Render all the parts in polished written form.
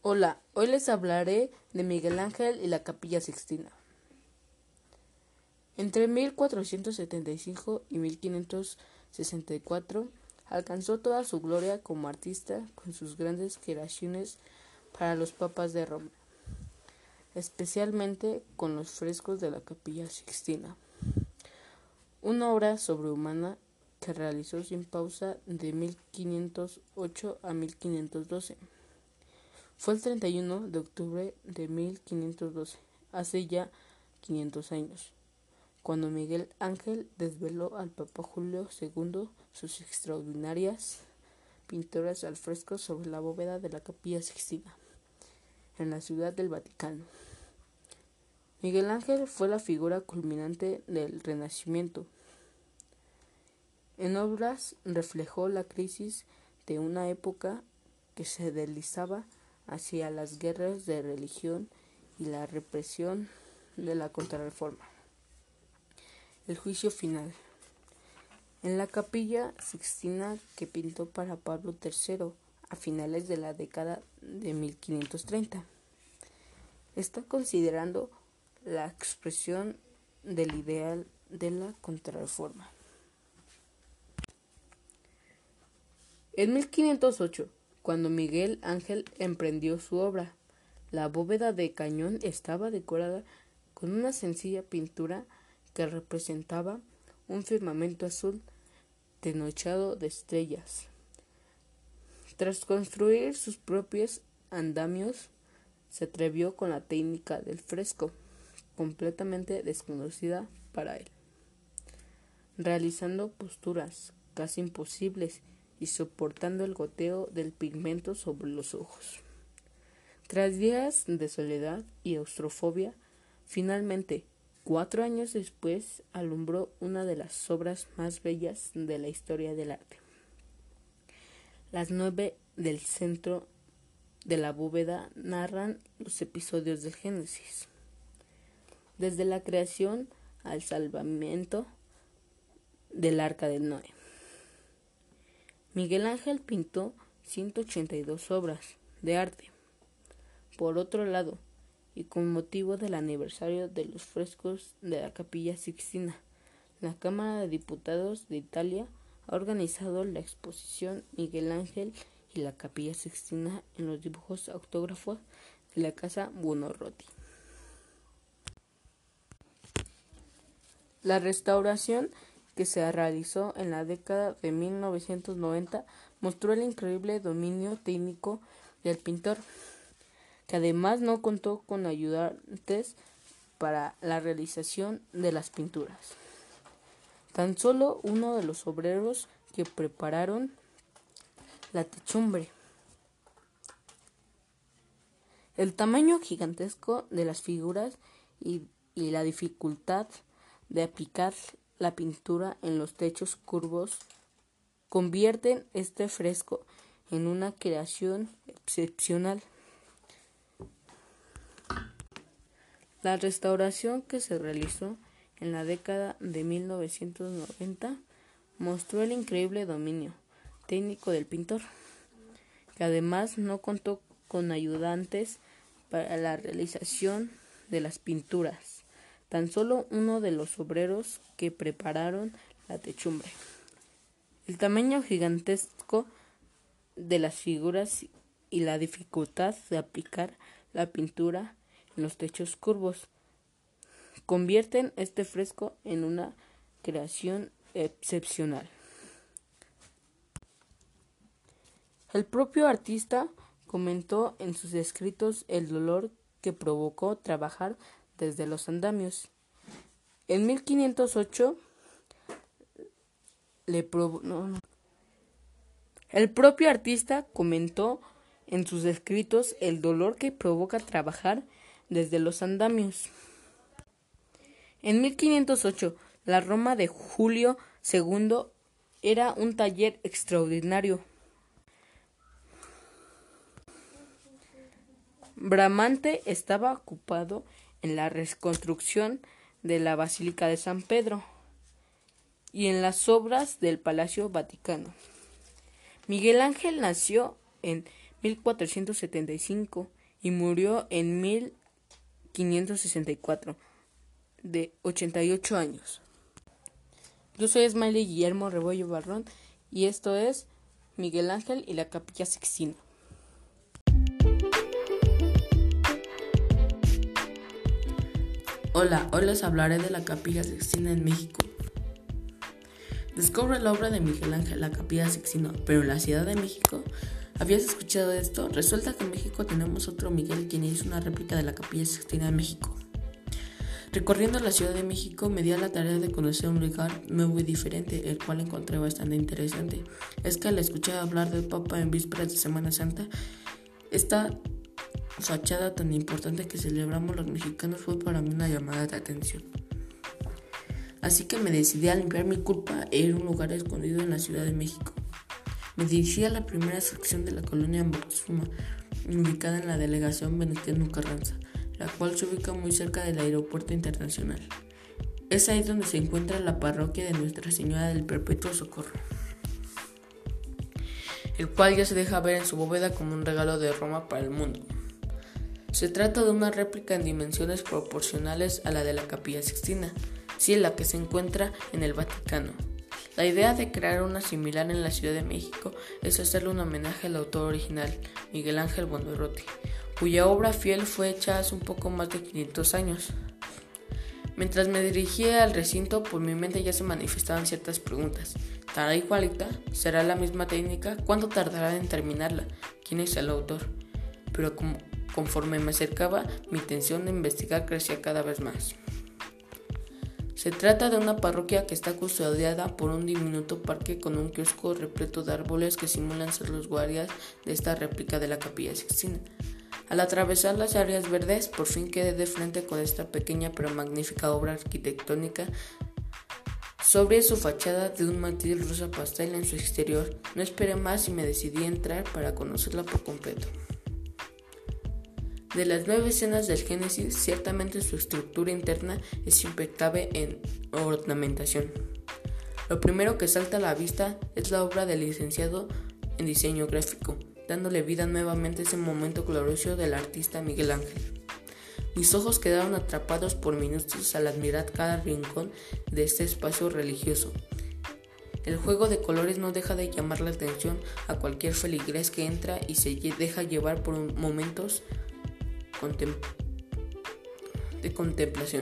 Hola, hoy les hablaré de Miguel Ángel y la Capilla Sixtina. Entre 1475 y 1564 alcanzó toda su gloria como artista con sus grandes creaciones para los papas de Roma, especialmente con los frescos de la Capilla Sixtina, una obra sobrehumana que realizó sin pausa de 1508 a 1512. Fue el 31 de octubre de 1512, hace ya 500 años, cuando Miguel Ángel desveló al Papa Julio II sus extraordinarias pinturas al fresco sobre la bóveda de la Capilla Sixtina, en la Ciudad del Vaticano. Miguel Ángel fue la figura culminante del Renacimiento. En obras reflejó la crisis de una época que se deslizaba hacia las guerras de religión y la represión de la Contrarreforma. El juicio final. En la Capilla Sixtina que pintó para Pablo III a finales de la década de 1530, está considerando la expresión del ideal de la Contrarreforma. En 1508, cuando Miguel Ángel emprendió su obra, la bóveda de cañón estaba decorada con una sencilla pintura que representaba un firmamento azul denochado de estrellas. Tras construir sus propios andamios, se atrevió con la técnica del fresco, completamente desconocida para él, realizando posturas casi imposibles y soportando el goteo del pigmento sobre los ojos. Tras días de soledad y claustrofobia, finalmente, 4 años después, alumbró una de las obras más bellas de la historia del arte. Las 9 del centro de la bóveda narran los episodios del Génesis, desde la creación al salvamiento del Arca de Noé. Miguel Ángel pintó 182 obras de arte. Por otro lado, y con motivo del aniversario de los frescos de la Capilla Sixtina, la Cámara de Diputados de Italia ha organizado la exposición Miguel Ángel y la Capilla Sixtina en los dibujos autógrafos de la Casa Buonarroti. La restauración que se realizó en la década de 1990 mostró el increíble dominio técnico del pintor, que además no contó con ayudantes para la realización de las pinturas. Tan solo uno de los obreros que prepararon la techumbre. El tamaño gigantesco de las figuras y la dificultad de aplicar la pintura en los techos curvos convierten este fresco en una creación excepcional. La restauración que se realizó en la década de 1990 mostró el increíble dominio técnico del pintor, que además no contó con ayudantes para la realización de las pinturas. Tan solo uno de los obreros que prepararon la techumbre. El tamaño gigantesco de las figuras y la dificultad de aplicar la pintura en los techos curvos convierten este fresco en una creación excepcional. El propio artista comentó en sus escritos el dolor que provocó trabajar desde los andamios. En 1508 El propio artista comentó en sus escritos el dolor que provoca trabajar desde los andamios. En 1508, la Roma de Julio II era un taller extraordinario. Bramante estaba ocupado en la reconstrucción de la Basílica de San Pedro y en las obras del Palacio Vaticano. Miguel Ángel nació en 1475 y murió en 1564, de 88 años. Yo soy Smiley Guillermo Rebollo Barrón y esto es Miguel Ángel y la Capilla Sixtina. Hola, hoy les hablaré de la Capilla Sixtina en México. Descubre la obra de Miguel Ángel, la Capilla Sixtina, pero en la Ciudad de México. ¿Habías escuchado esto? Resulta que en México tenemos otro Miguel quien hizo una réplica de la Capilla Sixtina en México. Recorriendo la Ciudad de México me di a la tarea de conocer un lugar nuevo y diferente, el cual encontré bastante interesante. Es que al escuchar hablar del Papa en vísperas de Semana Santa, esta fachada tan importante que celebramos los mexicanos fue para mí una llamada de atención. Así que me decidí a limpiar mi culpa e ir a un lugar escondido en la Ciudad de México. Me dirigí a la primera sección de la colonia Moctezuma, ubicada en la delegación Venustiano Carranza, la cual se ubica muy cerca del Aeropuerto Internacional. Es ahí donde se encuentra la parroquia de Nuestra Señora del Perpetuo Socorro, el cual ya se deja ver en su bóveda como un regalo de Roma para el mundo. Se trata de una réplica en dimensiones proporcionales a la de la Capilla Sixtina, sí, la que se encuentra en el Vaticano. La idea de crear una similar en la Ciudad de México es hacerle un homenaje al autor original, Miguel Ángel Buonarroti, cuya obra fiel fue hecha hace un poco más de 500 años. Mientras me dirigía al recinto, por mi mente ya se manifestaban ciertas preguntas. ¿Estará igualita? ¿Será la misma técnica? ¿Cuánto tardará en terminarla? ¿Quién es el autor? Pero conforme me acercaba, mi intención de investigar crecía cada vez más. Se trata de una parroquia que está custodiada por un diminuto parque con un kiosco repleto de árboles que simulan ser los guardias de esta réplica de la Capilla Sixtina. Al atravesar las áreas verdes, por fin quedé de frente con esta pequeña pero magnífica obra arquitectónica. Sobre su fachada de un matiz rosa pastel en su exterior, no esperé más y me decidí a entrar para conocerla por completo. De las 9 escenas del Génesis, ciertamente su estructura interna es impecable en ornamentación. Lo primero que salta a la vista es la obra del licenciado en diseño gráfico, dándole vida nuevamente a ese momento glorioso del artista Miguel Ángel. Mis ojos quedaron atrapados por minutos al admirar cada rincón de este espacio religioso. El juego de colores no deja de llamar la atención a cualquier feligrés que entra y se deja llevar por momentos de contemplación.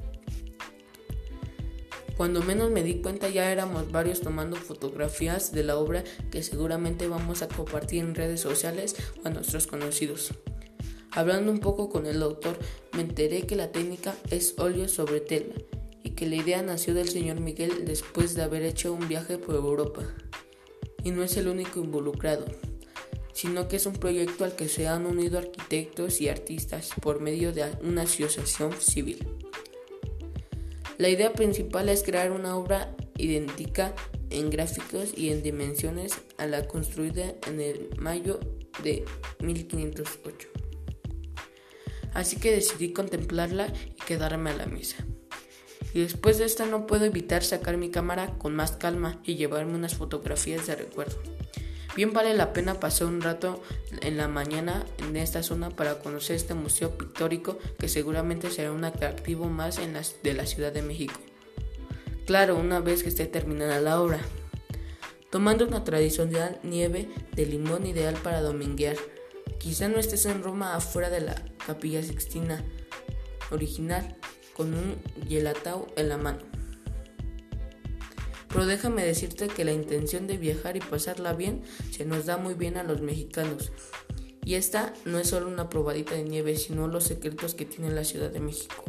Cuando menos me di cuenta ya éramos varios tomando fotografías de la obra que seguramente vamos a compartir en redes sociales o a nuestros conocidos. Hablando un poco con el autor, me enteré que la técnica es óleo sobre tela y que la idea nació del señor Miguel después de haber hecho un viaje por Europa. Y no es el único involucrado, sino que es un proyecto al que se han unido arquitectos y artistas por medio de una asociación civil. La idea principal es crear una obra idéntica en gráficos y en dimensiones a la construida en el mayo de 1508. Así que decidí contemplarla y quedarme a la mesa. Y después de esta no puedo evitar sacar mi cámara con más calma y llevarme unas fotografías de recuerdo. Bien vale la pena pasar un rato en la mañana en esta zona para conocer este museo pictórico que seguramente será un atractivo más de la Ciudad de México. Claro, una vez que esté terminada la obra. Tomando una tradicional nieve de limón ideal para dominguear. Quizá no estés en Roma afuera de la Capilla Sixtina original con un gelatao en la mano. Pero déjame decirte que la intención de viajar y pasarla bien se nos da muy bien a los mexicanos. Y esta no es solo una probadita de nieve, sino los secretos que tiene la Ciudad de México.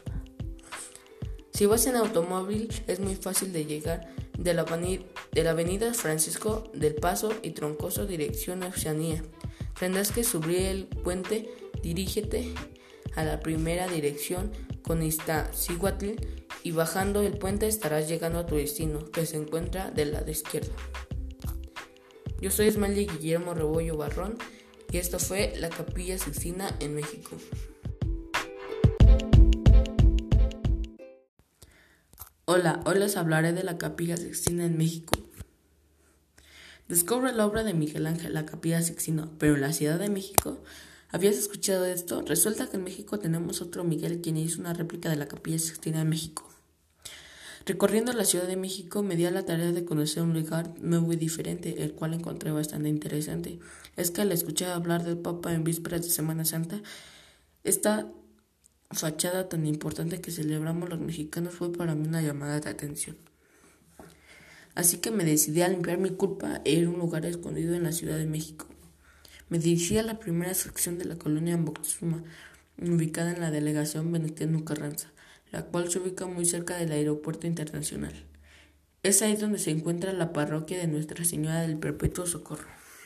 Si vas en automóvil, es muy fácil de llegar de la avenida Francisco del Paso y Troncoso dirección a Oceanía. Tendrás que subir el puente, dirígete a la primera dirección con Iztaccíhuatl y bajando el puente estarás llegando a tu destino, que se encuentra del lado izquierdo. Yo soy Smiley Guillermo Rebollo Barrón y esto fue la Capilla Sixtina en México. Hola, hoy les hablaré de la Capilla Sixtina en México. Descubre la obra de Miguel Ángel, la Capilla Sixtina, pero en la Ciudad de México. ¿Habías escuchado esto? Resulta que en México tenemos otro Miguel quien hizo una réplica de la Capilla Sixtina en México. Recorriendo la Ciudad de México me di a la tarea de conocer un lugar nuevo y diferente, el cual encontré bastante interesante. Es que al escuchar hablar del Papa en vísperas de Semana Santa, esta fachada tan importante que celebramos los mexicanos fue para mí una llamada de atención. Así que me decidí a limpiar mi culpa e ir a un lugar escondido en la Ciudad de México. Me dirigí a la primera sección de la colonia Moctezuma, ubicada en la delegación Venustiano Carranza, la cual se ubica muy cerca del aeropuerto internacional. Es ahí donde se encuentra la parroquia de Nuestra Señora del Perpetuo Socorro,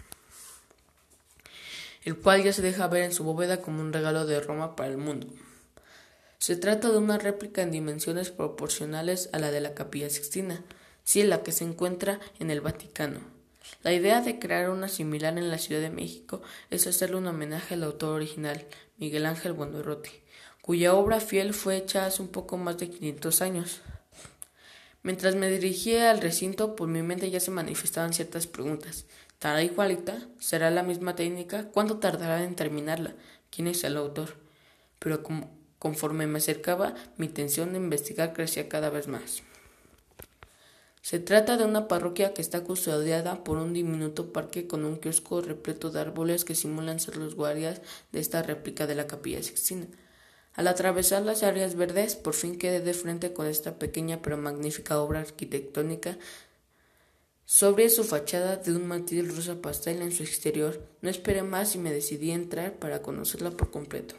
el cual ya se deja ver en su bóveda como un regalo de Roma para el mundo. Se trata de una réplica en dimensiones proporcionales a la de la Capilla Sixtina, sí, la que se encuentra en el Vaticano. La idea de crear una similar en la Ciudad de México es hacerle un homenaje al autor original, Miguel Ángel Buonarroti, cuya obra fiel fue hecha hace un poco más de 500 años. Mientras me dirigía al recinto, por mi mente ya se manifestaban ciertas preguntas. ¿Estará igualita? ¿Será la misma técnica? ¿Cuánto tardará en terminarla? ¿Quién es el autor? Pero conforme me acercaba, mi intención de investigar crecía cada vez más. Se trata de una parroquia que está custodiada por un diminuto parque con un kiosco repleto de árboles que simulan ser los guardias de esta réplica de la Capilla Sixtina. Al atravesar las áreas verdes, por fin quedé de frente con esta pequeña pero magnífica obra arquitectónica. Sobre su fachada de un matiz rosa pastel en su exterior, no esperé más y me decidí a entrar para conocerla por completo.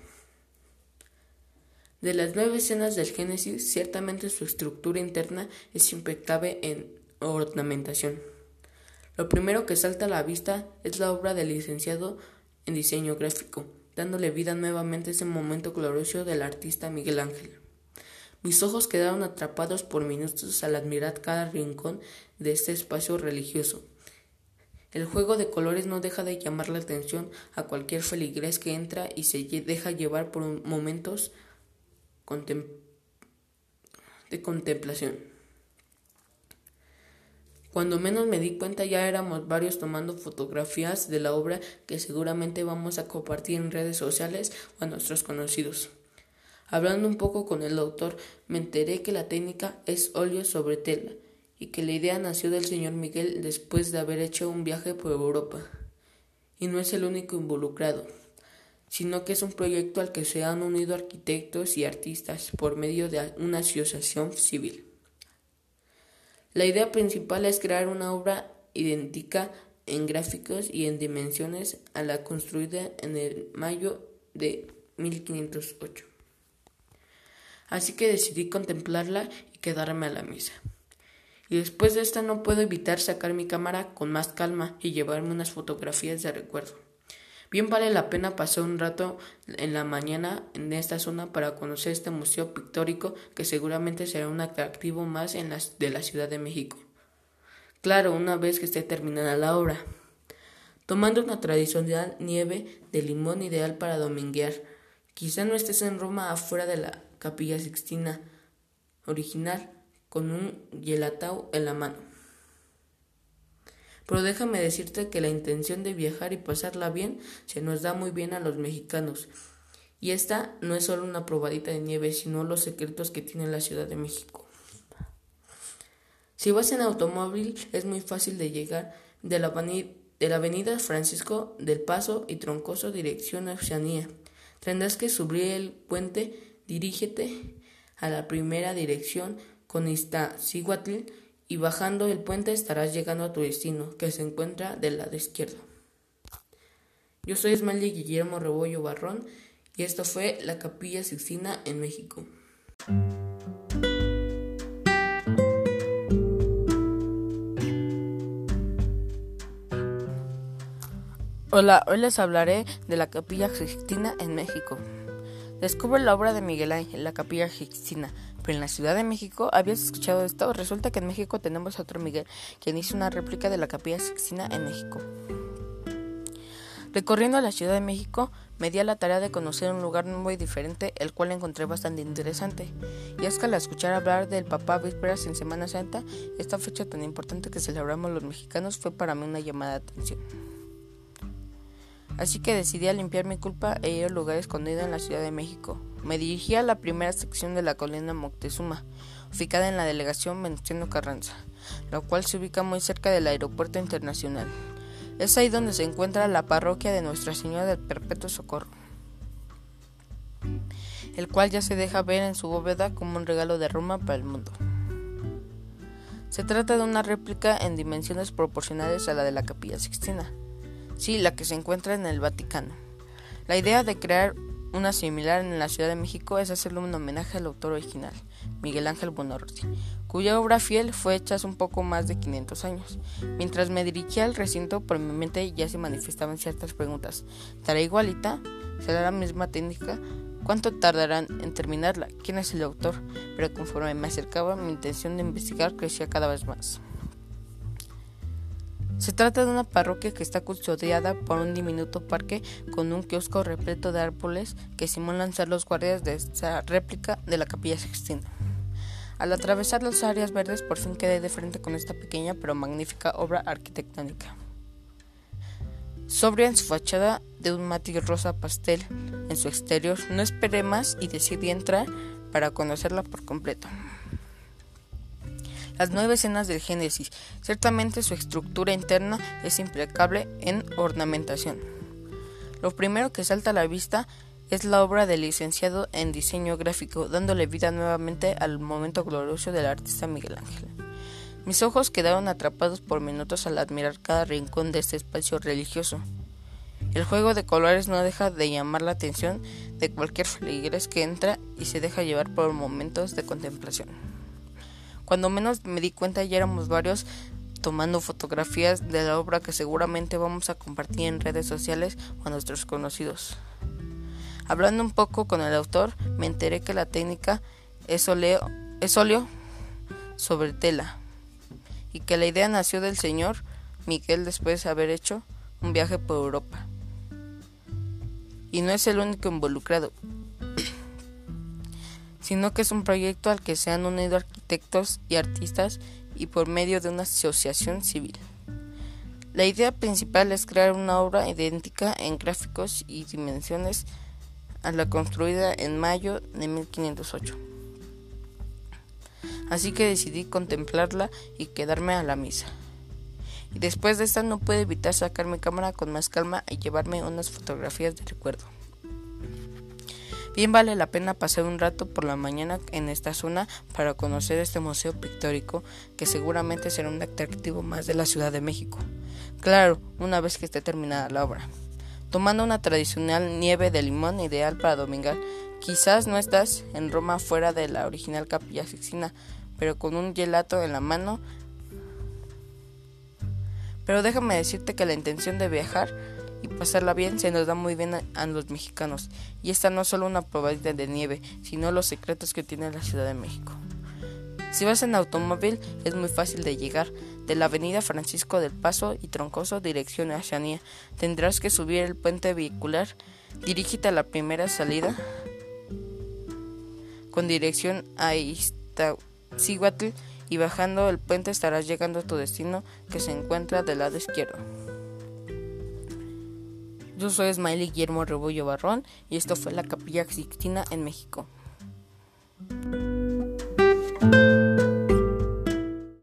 De las 9 escenas del Génesis, ciertamente su estructura interna es impecable en ornamentación. Lo primero que salta a la vista es la obra del licenciado en diseño gráfico, dándole vida nuevamente a ese momento glorioso del artista Miguel Ángel. Mis ojos quedaron atrapados por minutos al admirar cada rincón de este espacio religioso. El juego de colores no deja de llamar la atención a cualquier feligrés que entra y se deja llevar por momentos de contemplación. Cuando menos me di cuenta ya éramos varios tomando fotografías de la obra que seguramente vamos a compartir en redes sociales o a nuestros conocidos. Hablando un poco con el autor, me enteré que la técnica es óleo sobre tela y que la idea nació del señor Miguel después de haber hecho un viaje por Europa. Y no es el único involucrado, sino que es un proyecto al que se han unido arquitectos y artistas por medio de una asociación civil. La idea principal es crear una obra idéntica en gráficos y en dimensiones a la construida en el mayo de 1508. Así que decidí contemplarla y quedarme a la mesa. Y después de esta no puedo evitar sacar mi cámara con más calma y llevarme unas fotografías de recuerdo. Bien vale la pena pasar un rato en la mañana en esta zona para conocer este museo pictórico que seguramente será un atractivo más de la Ciudad de México. Claro, una vez que esté terminada la obra. Tomando una tradicional nieve de limón ideal para dominguear. Quizá no estés en Roma afuera de la Capilla Sixtina original con un gelatao en la mano. Pero déjame decirte que la intención de viajar y pasarla bien se nos da muy bien a los mexicanos. Y esta no es solo una probadita de nieve, sino los secretos que tiene la Ciudad de México. Si vas en automóvil, es muy fácil de llegar de la avenida Francisco del Paso y Troncoso dirección a Oceanía. Tendrás que subir el puente, dirígete a la primera dirección con Iztaccíhuatl y bajando el puente estarás llegando a tu destino, que se encuentra del lado izquierdo. Yo soy Ismael Guillermo Rebollo Barrón y esto fue la Capilla Sixtina en México. Hola, hoy les hablaré de la Capilla Sixtina en México. Descubre la obra de Miguel Ángel, la Capilla Sixtina. Pero en la Ciudad de México, ¿habías escuchado esto? Resulta que en México tenemos a otro Miguel, quien hizo una réplica de la Capilla Sixtina en México. Recorriendo la Ciudad de México, me di a la tarea de conocer un lugar muy diferente, el cual encontré bastante interesante. Y es que al escuchar hablar del Papa vísperas en Semana Santa, esta fecha tan importante que celebramos los mexicanos fue para mí una llamada de atención. Así que decidí limpiar mi culpa e ir al lugar escondido en la Ciudad de México. Me dirigí a la primera sección de la colina Moctezuma, ubicada en la delegación Venustiano Carranza, la cual se ubica muy cerca del aeropuerto internacional. Es ahí donde se encuentra la parroquia de Nuestra Señora del Perpetuo Socorro, el cual ya se deja ver en su bóveda como un regalo de Roma para el mundo. Se trata de una réplica en dimensiones proporcionales a la de la Capilla Sixtina, sí, la que se encuentra en el Vaticano. La idea de crear una similar en la Ciudad de México es hacerle un homenaje al autor original, Miguel Ángel Buonarroti, cuya obra fiel fue hecha hace un poco más de 500 años. Mientras me dirigía al recinto, por mi mente ya se manifestaban ciertas preguntas. ¿Estará igualita? ¿Será la misma técnica? ¿Cuánto tardarán en terminarla? ¿Quién es el autor? Pero conforme me acercaba, mi intención de investigar crecía cada vez más. Se trata de una parroquia que está custodiada por un diminuto parque con un kiosco repleto de árboles que simulan ser los guardias de esta réplica de la Capilla Sixtina. Al atravesar las áreas verdes, por fin quedé de frente con esta pequeña pero magnífica obra arquitectónica. Sobria en su fachada de un matiz rosa pastel en su exterior, no esperé más y decidí entrar para conocerla por completo. Las 9 escenas del Génesis, ciertamente su estructura interna es impecable en ornamentación. Lo primero que salta a la vista es la obra del licenciado en diseño gráfico, dándole vida nuevamente al momento glorioso del artista Miguel Ángel. Mis ojos quedaron atrapados por minutos al admirar cada rincón de este espacio religioso. El juego de colores no deja de llamar la atención de cualquier feligres que entra y se deja llevar por momentos de contemplación. Cuando menos me di cuenta ya éramos varios tomando fotografías de la obra que seguramente vamos a compartir en redes sociales o a nuestros conocidos. Hablando un poco con el autor, me enteré que la técnica es óleo sobre tela y que la idea nació del señor Miguel después de haber hecho un viaje por Europa. Y no es el único involucrado, sino que es un proyecto al que se han unido arquitectos y artistas y por medio de una asociación civil. La idea principal es crear una obra idéntica en gráficos y dimensiones a la construida en mayo de 1508. Así que decidí contemplarla y quedarme a la misa. Y después de esta no pude evitar sacar mi cámara con más calma y llevarme unas fotografías de recuerdo. Bien vale la pena pasar un rato por la mañana en esta zona para conocer este museo pictórico que seguramente será un atractivo más de la Ciudad de México. Claro, una vez que esté terminada la obra. Tomando una tradicional nieve de limón ideal para domingar, quizás no estás en Roma fuera de la original Capilla Sixtina, pero con un gelato en la mano. Pero déjame decirte que la intención de viajar y pasarla bien se nos da muy bien a los mexicanos, y esta no es solo una probadita de nieve, sino los secretos que tiene la Ciudad de México. Si vas en automóvil es muy fácil de llegar. De la avenida Francisco del Paso y Troncoso dirección a Xania, tendrás que subir el puente vehicular, dirígete a la primera salida con dirección a Iztaccíhuatl y bajando el puente estarás llegando a tu destino, que se encuentra del lado izquierdo. Yo soy Ismael Guillermo Rebollo Barrón y esto fue la Capilla Sixtina en México.